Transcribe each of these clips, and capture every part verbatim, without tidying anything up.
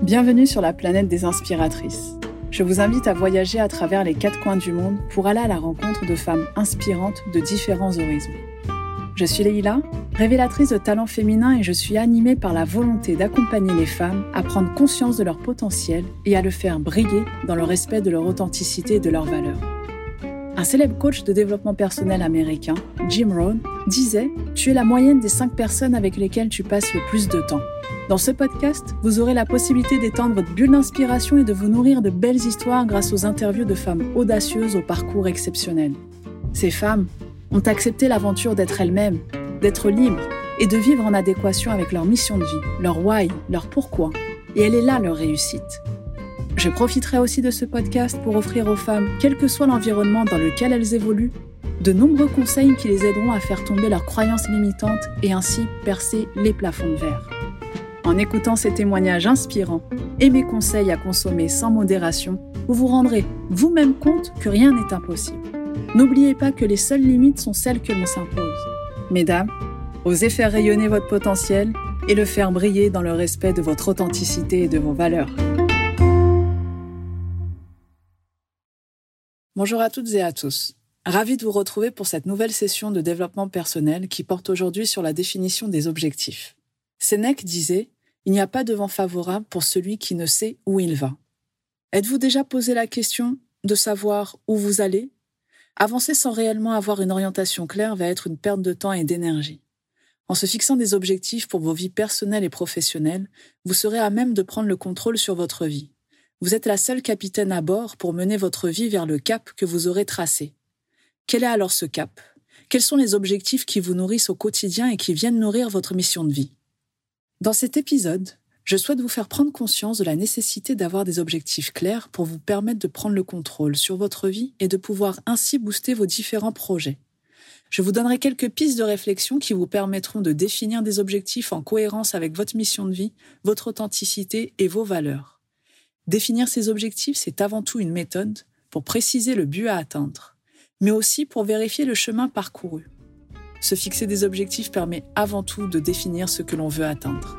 Bienvenue sur la planète des inspiratrices. Je vous invite à voyager à travers les quatre coins du monde pour aller à la rencontre de femmes inspirantes de différents horizons. Je suis Leïla, révélatrice de talents féminins et je suis animée par la volonté d'accompagner les femmes à prendre conscience de leur potentiel et à le faire briller dans le respect de leur authenticité et de leurs valeurs. Un célèbre coach de développement personnel américain, Jim Rohn, disait « Tu es la moyenne des cinq personnes avec lesquelles tu passes le plus de temps ». Dans ce podcast, vous aurez la possibilité d'étendre votre bulle d'inspiration et de vous nourrir de belles histoires grâce aux interviews de femmes audacieuses au parcours exceptionnel. Ces femmes ont accepté l'aventure d'être elles-mêmes, d'être libres et de vivre en adéquation avec leur mission de vie, leur why, leur pourquoi. Et elle est là leur réussite. Je profiterai aussi de ce podcast pour offrir aux femmes, quel que soit l'environnement dans lequel elles évoluent, de nombreux conseils qui les aideront à faire tomber leurs croyances limitantes et ainsi percer les plafonds de verre. En écoutant ces témoignages inspirants et mes conseils à consommer sans modération, vous vous rendrez vous-même compte que rien n'est impossible. N'oubliez pas que les seules limites sont celles que l'on s'impose. Mesdames, osez faire rayonner votre potentiel et le faire briller dans le respect de votre authenticité et de vos valeurs. Bonjour à toutes et à tous. Ravi de vous retrouver pour cette nouvelle session de développement personnel qui porte aujourd'hui sur la définition des objectifs. Sénèque disait « Il n'y a pas de vent favorable pour celui qui ne sait où il va ». Êtes-vous déjà posé la question de savoir où vous allez ? Avancer sans réellement avoir une orientation claire va être une perte de temps et d'énergie. En se fixant des objectifs pour vos vies personnelles et professionnelles, vous serez à même de prendre le contrôle sur votre vie. Vous êtes la seule capitaine à bord pour mener votre vie vers le cap que vous aurez tracé. Quel est alors ce cap ? Quels sont les objectifs qui vous nourrissent au quotidien et qui viennent nourrir votre mission de vie ? Dans cet épisode, je souhaite vous faire prendre conscience de la nécessité d'avoir des objectifs clairs pour vous permettre de prendre le contrôle sur votre vie et de pouvoir ainsi booster vos différents projets. Je vous donnerai quelques pistes de réflexion qui vous permettront de définir des objectifs en cohérence avec votre mission de vie, votre authenticité et vos valeurs. Définir ces objectifs, c'est avant tout une méthode pour préciser le but à atteindre, mais aussi pour vérifier le chemin parcouru. Se fixer des objectifs permet avant tout de définir ce que l'on veut atteindre.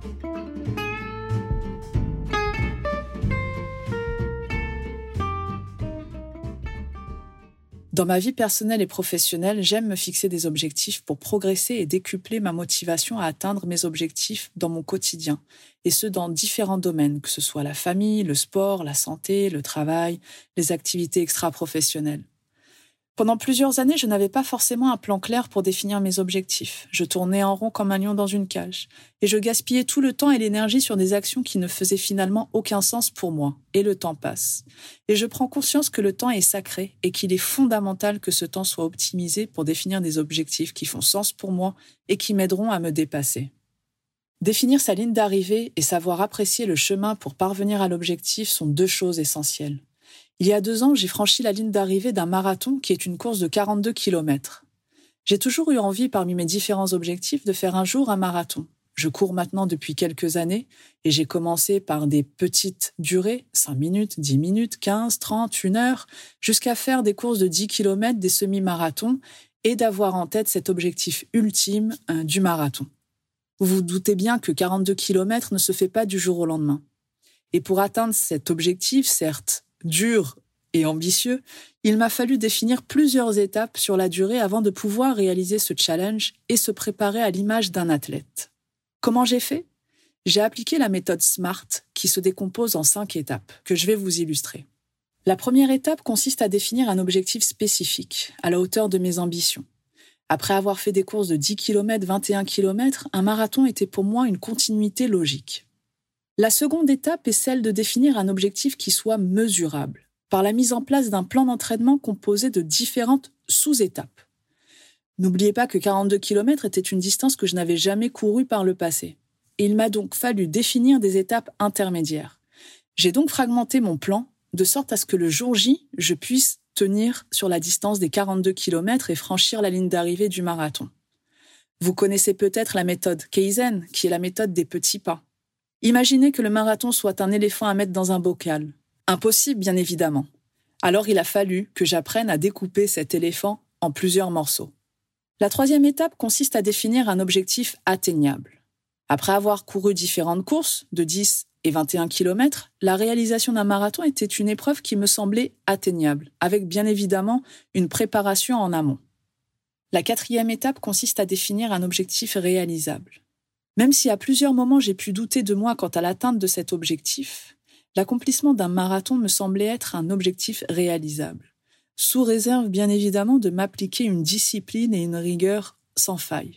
Dans ma vie personnelle et professionnelle, j'aime me fixer des objectifs pour progresser et décupler ma motivation à atteindre mes objectifs dans mon quotidien, et ce dans différents domaines, que ce soit la famille, le sport, la santé, le travail, les activités extra-professionnelles. Pendant plusieurs années, je n'avais pas forcément un plan clair pour définir mes objectifs. Je tournais en rond comme un lion dans une cage. Et je gaspillais tout le temps et l'énergie sur des actions qui ne faisaient finalement aucun sens pour moi. Et le temps passe. Et je prends conscience que le temps est sacré et qu'il est fondamental que ce temps soit optimisé pour définir des objectifs qui font sens pour moi et qui m'aideront à me dépasser. Définir sa ligne d'arrivée et savoir apprécier le chemin pour parvenir à l'objectif sont deux choses essentielles. Il y a deux ans, j'ai franchi la ligne d'arrivée d'un marathon qui est une course de quarante-deux kilomètres. J'ai toujours eu envie, parmi mes différents objectifs, de faire un jour un marathon. Je cours maintenant depuis quelques années et j'ai commencé par des petites durées, cinq minutes, dix minutes, quinze, trente, une heure, jusqu'à faire des courses de dix kilomètres, des semi-marathons et d'avoir en tête cet objectif ultime euh, du marathon. Vous vous doutez bien que quarante-deux kilomètres ne se fait pas du jour au lendemain. Et pour atteindre cet objectif, certes, dur et ambitieux, il m'a fallu définir plusieurs étapes sur la durée avant de pouvoir réaliser ce challenge et se préparer à l'image d'un athlète. Comment j'ai fait ? J'ai appliqué la méthode SMART qui se décompose en cinq étapes, que je vais vous illustrer. La première étape consiste à définir un objectif spécifique, à la hauteur de mes ambitions. Après avoir fait des courses de dix kilomètres, vingt et un kilomètres, un marathon était pour moi une continuité logique. La seconde étape est celle de définir un objectif qui soit mesurable, par la mise en place d'un plan d'entraînement composé de différentes sous-étapes. N'oubliez pas que quarante-deux kilomètres était une distance que je n'avais jamais courue par le passé. Et il m'a donc fallu définir des étapes intermédiaires. J'ai donc fragmenté mon plan de sorte à ce que le jour J, je puisse tenir sur la distance des quarante-deux kilomètres et franchir la ligne d'arrivée du marathon. Vous connaissez peut-être la méthode Kaizen, qui est la méthode des petits pas. Imaginez que le marathon soit un éléphant à mettre dans un bocal. Impossible, bien évidemment. Alors il a fallu que j'apprenne à découper cet éléphant en plusieurs morceaux. La troisième étape consiste à définir un objectif atteignable. Après avoir couru différentes courses, de dix et vingt et un kilomètres, la réalisation d'un marathon était une épreuve qui me semblait atteignable, avec bien évidemment une préparation en amont. La quatrième étape consiste à définir un objectif réalisable. Même si à plusieurs moments j'ai pu douter de moi quant à l'atteinte de cet objectif, l'accomplissement d'un marathon me semblait être un objectif réalisable, sous réserve bien évidemment de m'appliquer une discipline et une rigueur sans faille.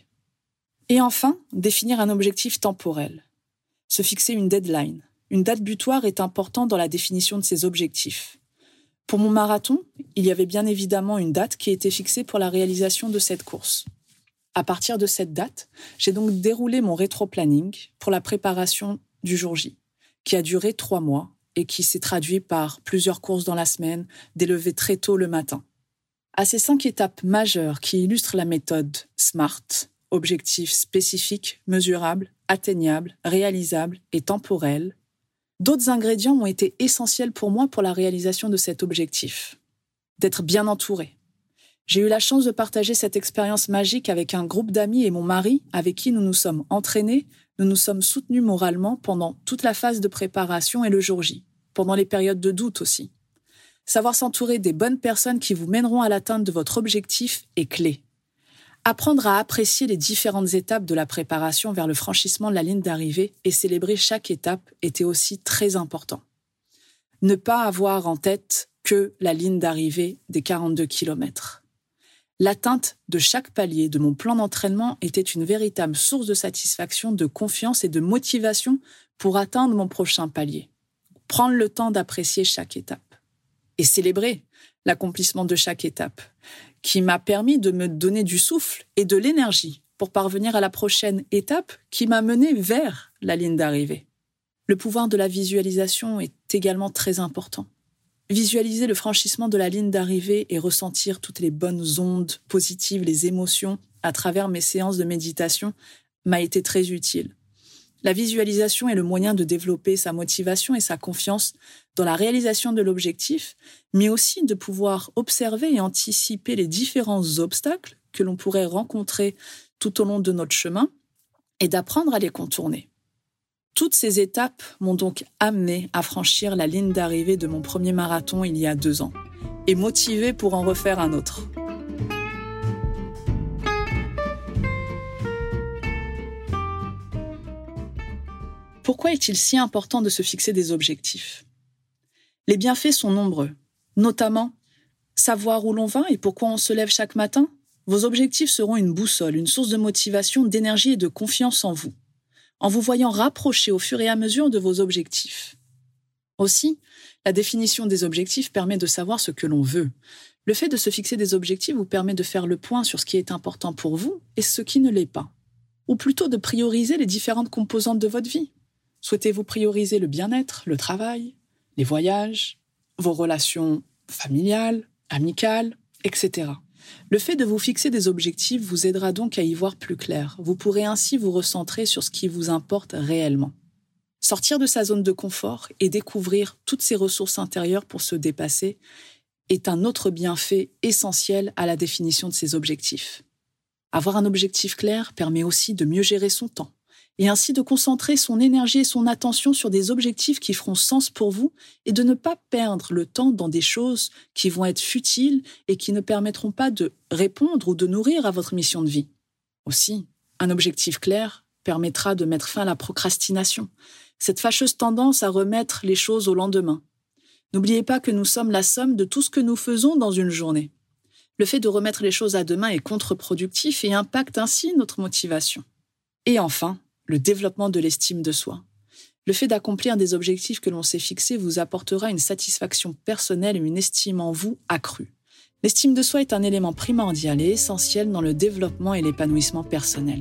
Et enfin, définir un objectif temporel. Se fixer une deadline. Une date butoir est importante dans la définition de ces objectifs. Pour mon marathon, il y avait bien évidemment une date qui était fixée pour la réalisation de cette course. À partir de cette date, j'ai donc déroulé mon rétro-planning pour la préparation du jour J, qui a duré trois mois et qui s'est traduit par plusieurs courses dans la semaine, des levées très tôt le matin. À ces cinq étapes majeures qui illustrent la méthode SMART, objectifs spécifiques, mesurables, atteignables, réalisables et temporels, d'autres ingrédients ont été essentiels pour moi pour la réalisation de cet objectif. D'être bien entouré. J'ai eu la chance de partager cette expérience magique avec un groupe d'amis et mon mari, avec qui nous nous sommes entraînés, nous nous sommes soutenus moralement pendant toute la phase de préparation et le jour J, pendant les périodes de doute aussi. Savoir s'entourer des bonnes personnes qui vous mèneront à l'atteinte de votre objectif est clé. Apprendre à apprécier les différentes étapes de la préparation vers le franchissement de la ligne d'arrivée et célébrer chaque étape était aussi très important. Ne pas avoir en tête que la ligne d'arrivée des quarante-deux kilomètres. L'atteinte de chaque palier de mon plan d'entraînement était une véritable source de satisfaction, de confiance et de motivation pour atteindre mon prochain palier. Prendre le temps d'apprécier chaque étape. Et célébrer l'accomplissement de chaque étape, qui m'a permis de me donner du souffle et de l'énergie pour parvenir à la prochaine étape qui m'a mené vers la ligne d'arrivée. Le pouvoir de la visualisation est également très important. Visualiser le franchissement de la ligne d'arrivée et ressentir toutes les bonnes ondes positives, les émotions à travers mes séances de méditation m'a été très utile. La visualisation est le moyen de développer sa motivation et sa confiance dans la réalisation de l'objectif, mais aussi de pouvoir observer et anticiper les différents obstacles que l'on pourrait rencontrer tout au long de notre chemin et d'apprendre à les contourner. Toutes ces étapes m'ont donc amené à franchir la ligne d'arrivée de mon premier marathon il y a deux ans et motivé pour en refaire un autre. Pourquoi est-il si important de se fixer des objectifs ? Les bienfaits sont nombreux, notamment savoir où l'on va et pourquoi on se lève chaque matin. Vos objectifs seront une boussole, une source de motivation, d'énergie et de confiance en vous, en vous voyant rapprocher au fur et à mesure de vos objectifs. Aussi, la définition des objectifs permet de savoir ce que l'on veut. Le fait de se fixer des objectifs vous permet de faire le point sur ce qui est important pour vous et ce qui ne l'est pas, ou plutôt de prioriser les différentes composantes de votre vie. Souhaitez-vous prioriser le bien-être, le travail, les voyages, vos relations familiales, amicales, et cetera. Le fait de vous fixer des objectifs vous aidera donc à y voir plus clair. Vous pourrez ainsi vous recentrer sur ce qui vous importe réellement. Sortir de sa zone de confort et découvrir toutes ses ressources intérieures pour se dépasser est un autre bienfait essentiel à la définition de ses objectifs. Avoir un objectif clair permet aussi de mieux gérer son temps, et ainsi de concentrer son énergie et son attention sur des objectifs qui feront sens pour vous et de ne pas perdre le temps dans des choses qui vont être futiles et qui ne permettront pas de répondre ou de nourrir à votre mission de vie. Aussi, un objectif clair permettra de mettre fin à la procrastination, cette fâcheuse tendance à remettre les choses au lendemain. N'oubliez pas que nous sommes la somme de tout ce que nous faisons dans une journée. Le fait de remettre les choses à demain est contre-productif et impacte ainsi notre motivation. Et enfin, le développement de l'estime de soi. Le fait d'accomplir des objectifs que l'on s'est fixés vous apportera une satisfaction personnelle et une estime en vous accrue. L'estime de soi est un élément primordial et essentiel dans le développement et l'épanouissement personnel.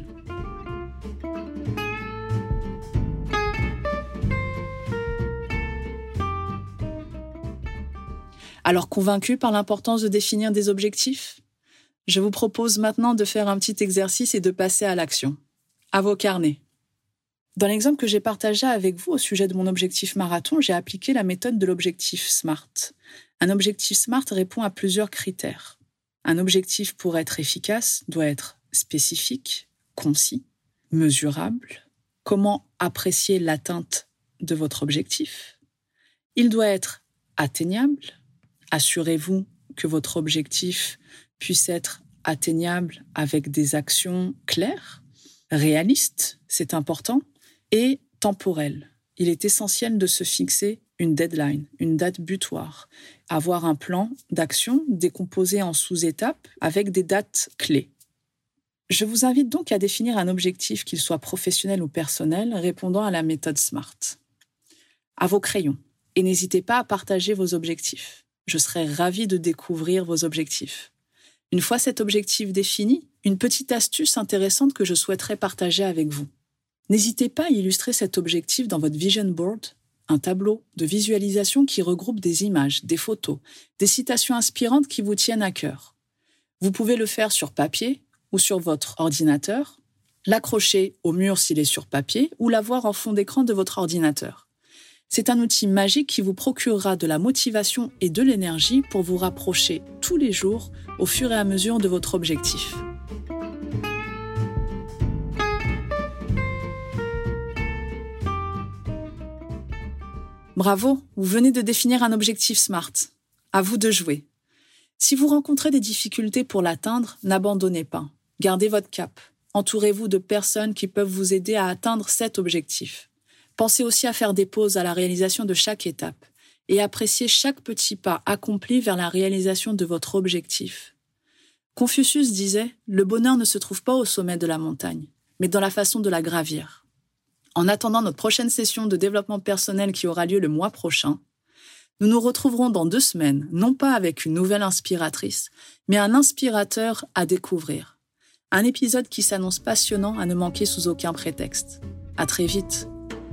Alors convaincu par l'importance de définir des objectifs ? Je vous propose maintenant de faire un petit exercice et de passer à l'action. À vos carnets. Dans l'exemple que j'ai partagé avec vous au sujet de mon objectif marathon, j'ai appliqué la méthode de l'objectif SMART. Un objectif SMART répond à plusieurs critères. Un objectif, pour être efficace, doit être spécifique, concis, mesurable. Comment apprécier l'atteinte de votre objectif. Il doit être atteignable. Assurez-vous que votre objectif puisse être atteignable avec des actions claires, réalistes, c'est important, et temporelles. Il est essentiel de se fixer une deadline, une date butoir, avoir un plan d'action décomposé en sous-étapes avec des dates clés. Je vous invite donc à définir un objectif, qu'il soit professionnel ou personnel, répondant à la méthode SMART. À vos crayons, et n'hésitez pas à partager vos objectifs. Je serai ravie de découvrir vos objectifs. Une fois cet objectif défini, une petite astuce intéressante que je souhaiterais partager avec vous. N'hésitez pas à illustrer cet objectif dans votre vision board, un tableau de visualisation qui regroupe des images, des photos, des citations inspirantes qui vous tiennent à cœur. Vous pouvez le faire sur papier ou sur votre ordinateur, l'accrocher au mur s'il est sur papier ou l'avoir en fond d'écran de votre ordinateur. C'est un outil magique qui vous procurera de la motivation et de l'énergie pour vous rapprocher tous les jours au fur et à mesure de votre objectif. Bravo, vous venez de définir un objectif SMART. À vous de jouer. Si vous rencontrez des difficultés pour l'atteindre, n'abandonnez pas. Gardez votre cap. Entourez-vous de personnes qui peuvent vous aider à atteindre cet objectif. Pensez aussi à faire des pauses à la réalisation de chaque étape et appréciez chaque petit pas accompli vers la réalisation de votre objectif. Confucius disait « Le bonheur ne se trouve pas au sommet de la montagne, mais dans la façon de la gravir ». En attendant notre prochaine session de développement personnel qui aura lieu le mois prochain, nous nous retrouverons dans deux semaines, non pas avec une nouvelle inspiratrice, mais un inspirateur à découvrir. Un épisode qui s'annonce passionnant à ne manquer sous aucun prétexte. À très vite.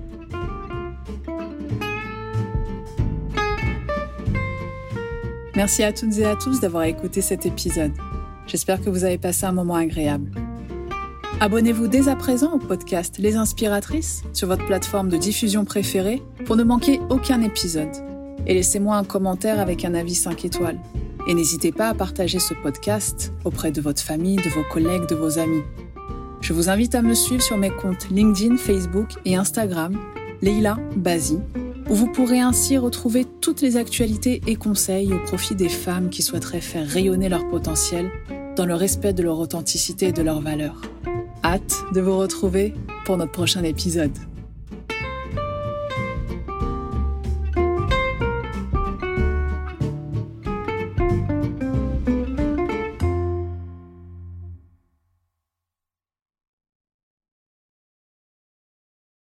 Merci à toutes et à tous d'avoir écouté cet épisode. J'espère que vous avez passé un moment agréable. Abonnez-vous dès à présent au podcast Les Inspiratrices sur votre plateforme de diffusion préférée pour ne manquer aucun épisode. Et laissez-moi un commentaire avec un avis cinq étoiles. Et n'hésitez pas à partager ce podcast auprès de votre famille, de vos collègues, de vos amis. Je vous invite à me suivre sur mes comptes LinkedIn, Facebook et Instagram, Leila Bazi, où vous pourrez ainsi retrouver toutes les actualités et conseils au profit des femmes qui souhaiteraient faire rayonner leur potentiel dans le respect de leur authenticité et de leurs valeurs. Hâte de vous retrouver pour notre prochain épisode.